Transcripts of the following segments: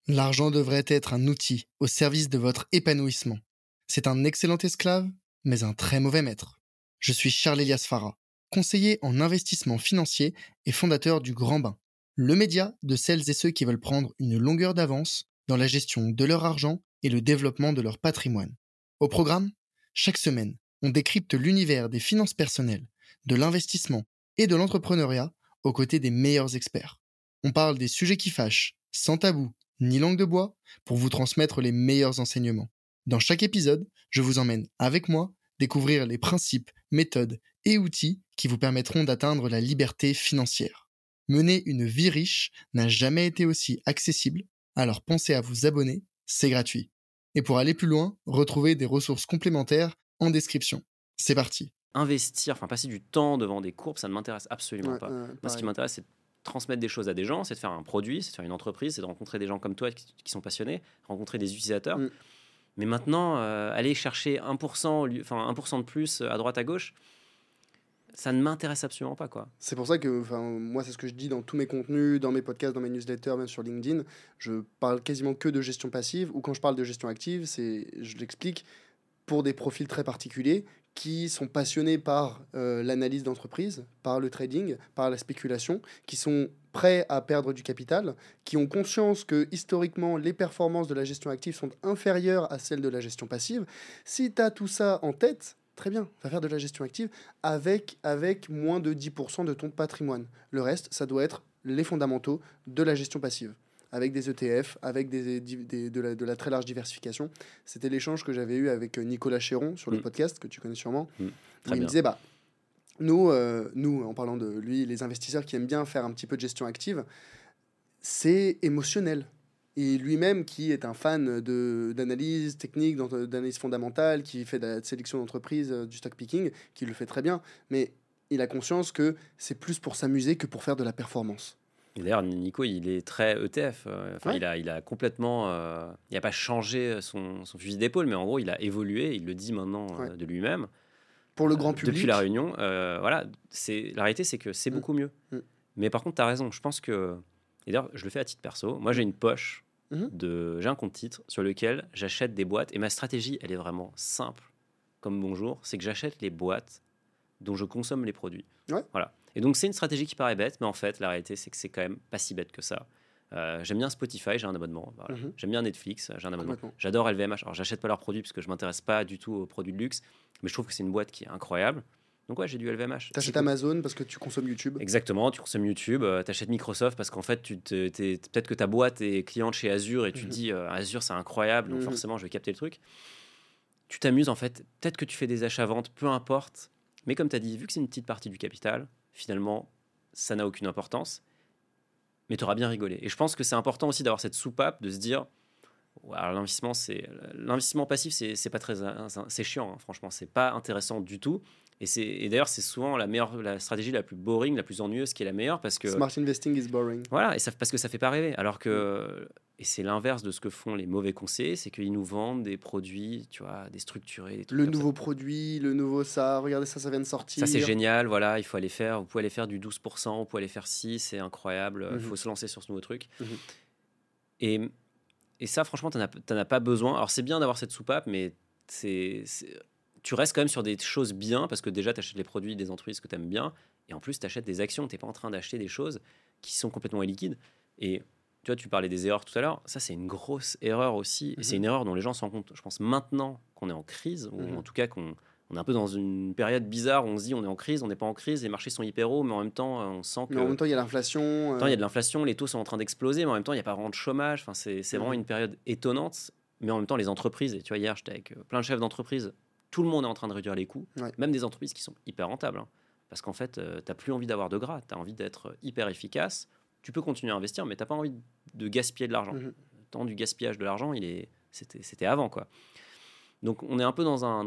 L'argent devrait être un outil au service de votre épanouissement. C'est un excellent esclave, mais un très mauvais maître. Je suis Charles-Elias Farah, conseiller en investissement financier et fondateur du Grand Bain, le média de celles et ceux qui veulent prendre une longueur d'avance dans la gestion de leur argent et le développement de leur patrimoine. Au programme, chaque semaine, on décrypte l'univers des finances personnelles, de l'investissement et de l'entrepreneuriat aux côtés des meilleurs experts. On parle des sujets qui fâchent, sans tabou ni langue de bois, pour vous transmettre les meilleurs enseignements. Dans chaque épisode, je vous emmène avec moi découvrir les principes, méthodes et outils qui vous permettront d'atteindre la liberté financière. Mener une vie riche n'a jamais été aussi accessible, alors pensez à vous abonner, c'est gratuit. Et pour aller plus loin, retrouvez des ressources complémentaires en description. C'est parti. Investir, enfin passer du temps devant des courbes, ça ne m'intéresse absolument pas. Moi, ce qui pareil. m'intéresse, c'est de transmettre des choses à des gens, c'est de faire un produit, c'est de faire une entreprise, c'est de rencontrer des gens comme toi qui sont passionnés, rencontrer des utilisateurs. Mm. Mais maintenant, aller chercher 1%, enfin 1% de plus à droite à gauche, ça ne m'intéresse absolument pas, quoi. C'est pour ça que moi, c'est ce que je dis dans tous mes contenus, dans mes podcasts, dans mes newsletters, même sur LinkedIn. Je parle quasiment que de gestion passive, ou quand je parle de gestion active, je l'explique pour des profils très particuliers qui sont passionnés par l'analyse d'entreprise, par le trading, par la spéculation, qui sont prêts à perdre du capital, qui ont conscience que historiquement les performances de la gestion active sont inférieures à celles de la gestion passive. Si tu as tout ça en tête, très bien, va faire de la gestion active avec moins de 10% de ton patrimoine. Le reste, ça doit être les fondamentaux de la gestion passive, avec des ETF, avec de la très large diversification. C'était l'échange que j'avais eu avec Nicolas Chéron sur le podcast, que tu connais sûrement. Très Il me bien. disait, nous, en parlant de lui, les investisseurs qui aiment bien faire un petit peu de gestion active, c'est émotionnel. Et lui-même, qui est un fan d'analyse technique, d'analyse fondamentale, qui fait de la sélection d'entreprise, du stock picking, qui le fait très bien, mais il a conscience que c'est plus pour s'amuser que pour faire de la performance. Et d'ailleurs, Nico, il est très ETF. Ouais. Il a complètement. Il n'a pas changé son fusil d'épaule, mais en gros, il a évolué. Il le dit maintenant Ouais. de lui-même. Pour le grand public. Depuis la réunion, voilà. La réalité, c'est que c'est beaucoup mieux. Mais par contre, tu as raison. Je pense que. Et d'ailleurs, je le fais à titre perso. Moi, j'ai une poche. J'ai un compte titre sur lequel j'achète des boîtes. Et ma stratégie, elle est vraiment simple. Comme bonjour, c'est que j'achète les boîtes dont je consomme les produits. Ouais. Voilà. Et donc, c'est une stratégie qui paraît bête, mais en fait, la réalité, c'est que c'est quand même pas si bête que ça. J'aime bien Spotify, j'ai un abonnement. Voilà. J'aime bien Netflix, j'ai un abonnement. J'adore LVMH. Alors, j'achète pas leurs produits parce que je m'intéresse pas du tout aux produits de luxe, mais je trouve que c'est une boîte qui est incroyable. Donc, ouais, j'ai du LVMH. T'achètes Amazon parce que tu consommes YouTube. Exactement, tu consommes YouTube. T'achètes Microsoft parce qu'en fait, peut-être que ta boîte est cliente chez Azure et tu te dis Azure, c'est incroyable, donc forcément, je vais capter le truc. Tu t'amuses, en fait. Peut-être que tu fais des achats-ventes, peu importe. Mais comme tu as dit, vu que c'est une petite partie du capital, finalement, ça n'a aucune importance. Mais tu auras bien rigolé. Et je pense que c'est important aussi d'avoir cette soupape, de se dire, alors l'investissement passif, c'est pas très, c'est chiant, hein, franchement, c'est pas intéressant du tout. Et d'ailleurs, c'est souvent la stratégie la plus boring, la plus ennuyeuse qui est la meilleure parce que Smart investing is boring. Voilà, parce que ça fait pas rêver. Alors que et c'est l'inverse de ce que font les mauvais conseillers, c'est qu'ils nous vendent des produits, tu vois, déstructurés, des trucs Le comme nouveau ça. produit, le nouveau ça, regardez ça vient de sortir. Ça c'est génial, voilà, il faut aller faire, vous pouvez aller faire du 12%, vous pouvez aller faire 6, c'est incroyable, il faut se lancer sur ce nouveau truc. Et ça, franchement, t'en as pas besoin. Alors c'est bien d'avoir cette soupape, mais tu restes quand même sur des choses bien, parce que déjà, tu achètes les produits des entreprises que tu aimes bien, et en plus, tu achètes des actions. Tu n'es pas en train d'acheter des choses qui sont complètement illiquides. Et tu vois, tu parlais des erreurs tout à l'heure. Ça, c'est une grosse erreur aussi. Et c'est une erreur dont les gens se rendent compte, je pense, maintenant qu'on est en crise, ou en tout cas qu'on est un peu dans une période bizarre où on se dit on est en crise, on n'est pas en crise, les marchés sont hyper hauts, mais en même temps, on sent que... Mais en même temps, il y a l'inflation. Il y a de l'inflation, les taux sont en train d'exploser, mais en même temps, il n'y a pas vraiment de chômage. Enfin, c'est vraiment une période étonnante. Mais en même temps, les entreprises, et tu vois, hier, j'étais avec plein de chefs d'entreprise, tout le monde est en train de réduire les coûts, même des entreprises qui sont hyper rentables. Hein, parce qu'en fait, tu n'as plus envie d'avoir de gras, tu as envie d'être hyper efficace. Tu peux continuer à investir, mais tu n'as pas envie de gaspiller de l'argent. Le temps du gaspillage de l'argent, c'était avant, quoi. Donc, on est un peu dans un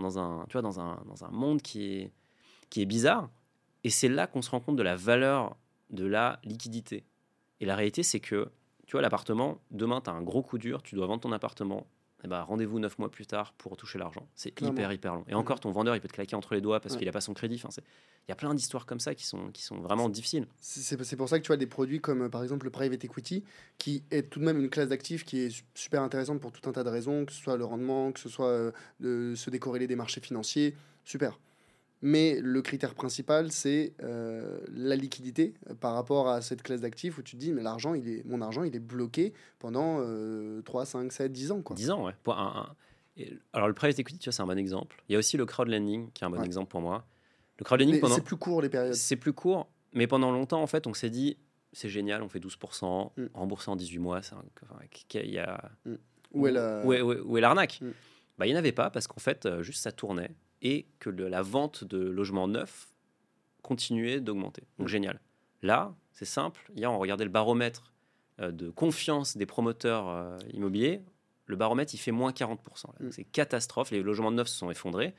monde qui est bizarre. Et c'est là qu'on se rend compte de la valeur de la liquidité. Et la réalité, c'est que, tu vois, l'appartement, demain, tu as un gros coup dur, tu dois vendre ton appartement, rendez-vous 9 mois plus tard pour toucher l'argent. C'est hyper long. Et encore, ton vendeur, il peut te claquer entre les doigts parce qu'il n'a pas son crédit. Enfin, il y a plein d'histoires comme ça qui sont vraiment difficiles. C'est pour ça que tu vois des produits comme par exemple le private equity, qui est tout de même une classe d'actifs qui est super intéressante pour tout un tas de raisons, que ce soit le rendement, que ce soit de se décorréler des marchés financiers, super. Mais le critère principal, c'est la liquidité par rapport à cette classe d'actifs où tu te dis, mais mon argent, il est bloqué pendant 3, 5, 7, 10 ans. Quoi. 10 ans, ouais. Alors, le private equity, tu vois, c'est un bon exemple. Il y a aussi le crowdlending, qui est un bon exemple pour moi. Le crowdlending, c'est plus court, les périodes. C'est plus court, mais pendant longtemps, en fait, on s'est dit, c'est génial, on fait 12%, remboursé en 18 mois. Il y a... Où est l'arnaque? Il n'y en avait pas, parce qu'en fait, juste ça tournait. Et que la vente de logements neufs continuait d'augmenter. Donc génial. Là, c'est simple. Hier, on regardait le baromètre de confiance des promoteurs immobiliers. Le baromètre, il fait moins 40%. Donc c'est catastrophe. Les logements neufs se sont effondrés.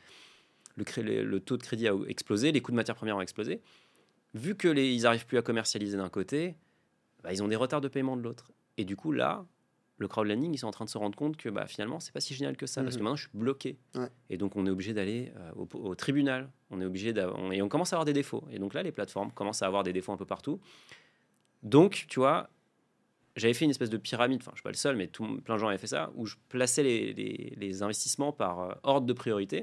Le taux de crédit a explosé. Les coûts de matières premières ont explosé. Vu qu'ils n'arrivent plus à commercialiser d'un côté, ils ont des retards de paiement de l'autre. Et du coup, là, le crowdlending, ils sont en train de se rendre compte que finalement, c'est pas si génial que ça, parce que maintenant, je suis bloqué. Ouais. Et donc, on est obligé d'aller au tribunal. Et on commence à avoir des défauts. Et donc là, les plateformes commencent à avoir des défauts un peu partout. Donc, tu vois, j'avais fait une espèce de pyramide, enfin, je suis pas le seul, mais plein de gens avaient fait ça, où je plaçais les investissements par ordre de priorité.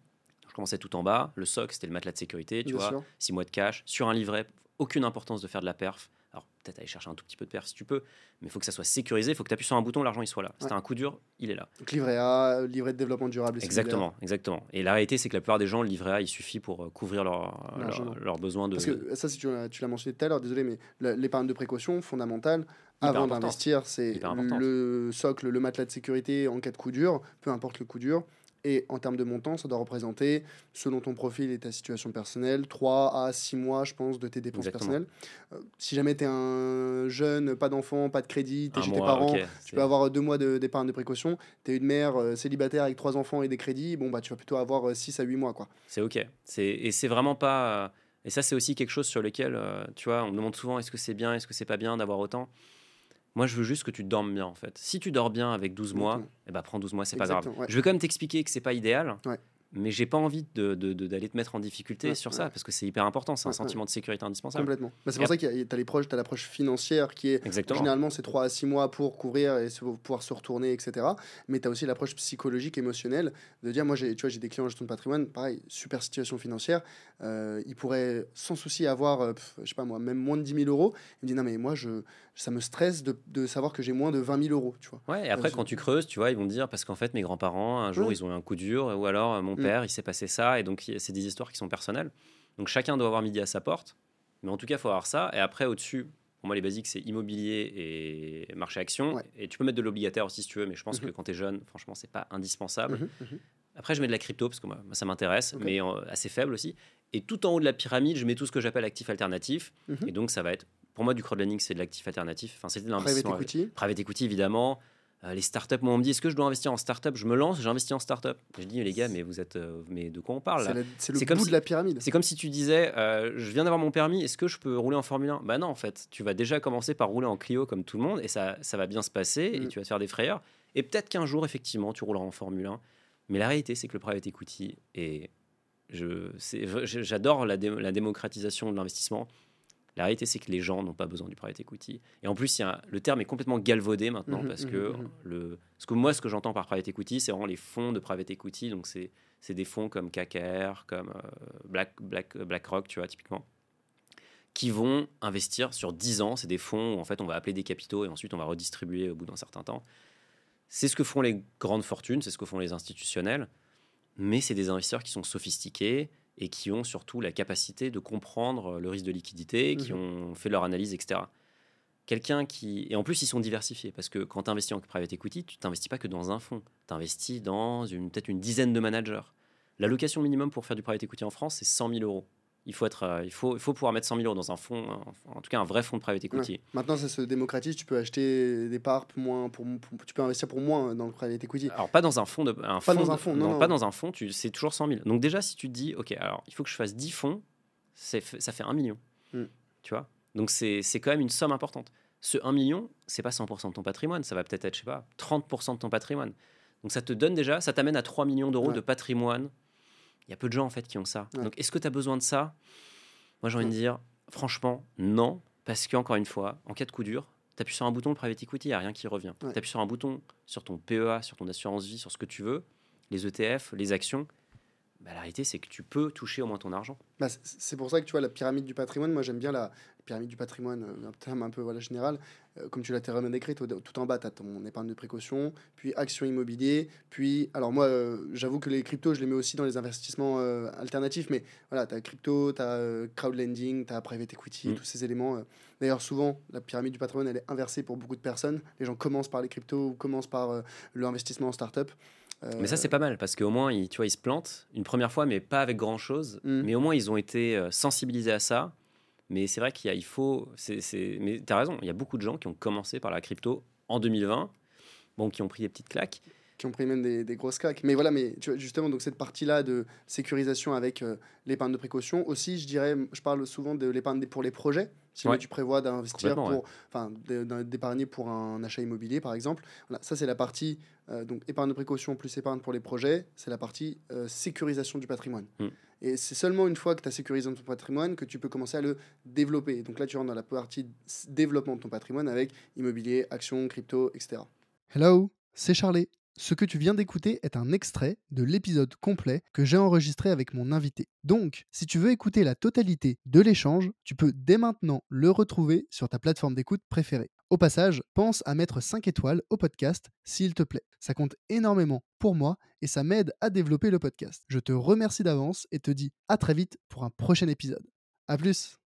Je commençais tout en bas. Le socle, c'était le matelas de sécurité, tu vois, 6 mois de cash. Sur un livret, aucune importance de faire de la perf. Alors, peut-être aller chercher un tout petit peu de perf si tu peux, mais il faut que ça soit sécurisé, il faut que tu appuies sur un bouton, l'argent il soit là. Si tu as un coup dur, il est là. Donc livret A, livret de développement durable. Exactement. Et la réalité, c'est que la plupart des gens, le livret A, il suffit pour couvrir leurs besoins de... Parce que ça, si tu l'as mentionné tout à l'heure, désolé, mais l'épargne de précaution, fondamentale, avant d'investir, c'est le socle, le matelas de sécurité en cas de coup dur, peu importe le coup dur. Et en termes de montant, ça doit représenter, selon ton profil et ta situation personnelle, 3 à 6 mois, je pense, de tes dépenses personnelles. Si jamais tu es un jeune, pas d'enfant, pas de crédit, tu es chez tes parents, tu peux avoir 2 mois d'épargne de précaution. Tu es une mère célibataire avec 3 enfants et des crédits, tu vas plutôt avoir 6 à 8 mois. Quoi. C'est OK. Et c'est vraiment pas... Et ça, c'est aussi quelque chose sur lequel, tu vois, on me demande souvent, est-ce que c'est bien, est-ce que c'est pas bien d'avoir autant ? Moi, je veux juste que tu dormes bien, en fait. Si tu dors bien avec 12 mois, prends 12 mois, c'est pas grave. Ouais. Je vais quand même t'expliquer que c'est pas idéal, mais j'ai pas envie d'aller te mettre en difficulté sur ça, parce que c'est hyper important, c'est un sentiment de sécurité indispensable. Complètement. C'est pour ça qu'il y a l'approche financière qui est, généralement, c'est 3 à 6 mois pour couvrir et pouvoir se retourner, etc. Mais tu as aussi l'approche psychologique, émotionnelle, de dire, moi, j'ai des clients en gestion de patrimoine, pareil, super situation financière, ils pourraient sans souci avoir, je sais pas moi, même moins de 10 000 euros. Ils me disent, non, mais moi, ça me stresse de savoir que j'ai moins de 20 000 euros, tu vois. Ouais, et après, quand tu creuses, tu vois, ils vont te dire, parce qu'en fait, mes grands-parents, un jour, ils ont eu un coup dur, ou alors mon père, il s'est passé ça, et donc c'est des histoires qui sont personnelles. Donc chacun doit avoir midi à sa porte, mais en tout cas, il faut avoir ça. Et après, au-dessus, pour moi, les basiques, c'est immobilier et marché action. Et tu peux mettre de l'obligataire aussi si tu veux, mais je pense que quand tu es jeune, franchement, c'est pas indispensable. Après, je mets de la crypto parce que moi ça m'intéresse, mais assez faible aussi. Et tout en haut de la pyramide, je mets tout ce que j'appelle actif alternatif. Et donc, ça va être, pour moi, du crowdlending, c'est de l'actif alternatif. Enfin, c'est de l'investissement. Private equity, évidemment. Les startups, moi on me dit, est-ce que je dois investir en startup? Je me lance, j'investis en startup. Je dis, les gars, mais vous êtes, mais de quoi on parle là? C'est le bout de la pyramide. C'est comme si tu disais, je viens d'avoir mon permis, est-ce que je peux rouler en Formule 1? Bah non, en fait, tu vas déjà commencer par rouler en Clio comme tout le monde, et ça va bien se passer, et tu vas te faire des frayeurs. Et peut-être qu'un jour, effectivement, tu rouleras en Formule 1. Mais la réalité, c'est que le private equity, et j'adore la démocratisation de l'investissement. La réalité, c'est que les gens n'ont pas besoin du private equity. Et en plus, le terme est complètement galvaudé maintenant, parce que ce que j'entends par private equity, c'est vraiment les fonds de private equity. Donc, c'est des fonds comme KKR, comme BlackRock, tu vois, typiquement, qui vont investir sur 10 ans. C'est des fonds où, en fait, on va appeler des capitaux et ensuite, on va redistribuer au bout d'un certain temps. C'est ce que font les grandes fortunes, c'est ce que font les institutionnels. Mais c'est des investisseurs qui sont sophistiqués et qui ont surtout la capacité de comprendre le risque de liquidité, qui ont fait leur analyse, etc. Et en plus, ils sont diversifiés, parce que quand tu investis en private equity, tu t'investis pas que dans un fonds, tu investis dans peut-être une dizaine de managers. L'allocation minimum pour faire du private equity en France, c'est 100 000 euros. Il faut pouvoir mettre 100 000 euros dans un fonds, en tout cas un vrai fonds de private equity. Ouais. Maintenant, ça se démocratise, tu peux acheter des parts tu peux investir pour moins dans le private equity. Alors, pas dans un fonds. Pas dans un fonds, c'est toujours 100 000. Donc déjà, si tu te dis, OK, alors il faut que je fasse 10 fonds, ça fait 1 million. Tu vois ? Donc c'est quand même une somme importante. Ce 1 million, c'est pas 100% de ton patrimoine, ça va peut-être être, je sais pas, 30% de ton patrimoine. Donc ça te donne déjà, ça t'amène à 3 millions d'euros Ouais. de patrimoine. Il y a peu de gens en fait qui ont ça. Ouais. Donc est-ce que tu as besoin de ça? Moi j'ai envie de dire, franchement, non. Parce qu'encore une fois, en cas de coup dur, tu appuies sur un bouton, le private equity, il n'y a rien qui revient. Ouais. Tu appuies sur un bouton, sur ton PEA, sur ton assurance vie, sur ce que tu veux, les ETF, les actions. Bah, la réalité, c'est que tu peux toucher au moins ton argent. Bah, c'est pour ça que tu vois la pyramide du patrimoine, moi j'aime bien la pyramide du patrimoine, un terme un peu voilà, général, comme tu l'as très bien décrit, tout en bas tu as ton épargne de précaution, puis action immobilier, puis alors moi j'avoue que les cryptos je les mets aussi dans les investissements alternatifs, mais voilà, tu as crypto, tu as crowdlending, tu as private equity, tous ces éléments. D'ailleurs souvent la pyramide du patrimoine elle est inversée pour beaucoup de personnes, les gens commencent par les cryptos ou commencent par l'investissement en start-up. Mais ça, c'est pas mal parce qu'au moins, tu vois, ils se plantent une première fois, mais pas avec grand chose. Mais au moins, ils ont été sensibilisés à ça. Mais c'est vrai qu'il faut. Mais tu as raison, il y a beaucoup de gens qui ont commencé par la crypto en 2020, bon, qui ont pris des petites claques. Qui ont pris même des grosses claques. Mais voilà, mais tu vois, justement, donc cette partie-là de sécurisation avec l'épargne de précaution, aussi, je dirais, je parle souvent de l'épargne pour les projets. Si Ouais. tu prévois d'investir Complètement, enfin, d'épargner pour un achat immobilier, par exemple. Voilà, ça, c'est la partie, donc épargne de précaution plus épargne pour les projets, c'est la partie sécurisation du patrimoine. Et c'est seulement une fois que tu as sécurisé ton patrimoine que tu peux commencer à le développer. Donc là, tu rentres dans la partie développement de ton patrimoine avec immobilier, actions, crypto, etc. Hello, c'est Charlie. Ce que tu viens d'écouter est un extrait de l'épisode complet que j'ai enregistré avec mon invité. Donc, si tu veux écouter la totalité de l'échange, tu peux dès maintenant le retrouver sur ta plateforme d'écoute préférée. Au passage, pense à mettre 5 étoiles au podcast s'il te plaît. Ça compte énormément pour moi et ça m'aide à développer le podcast. Je te remercie d'avance et te dis à très vite pour un prochain épisode. À plus!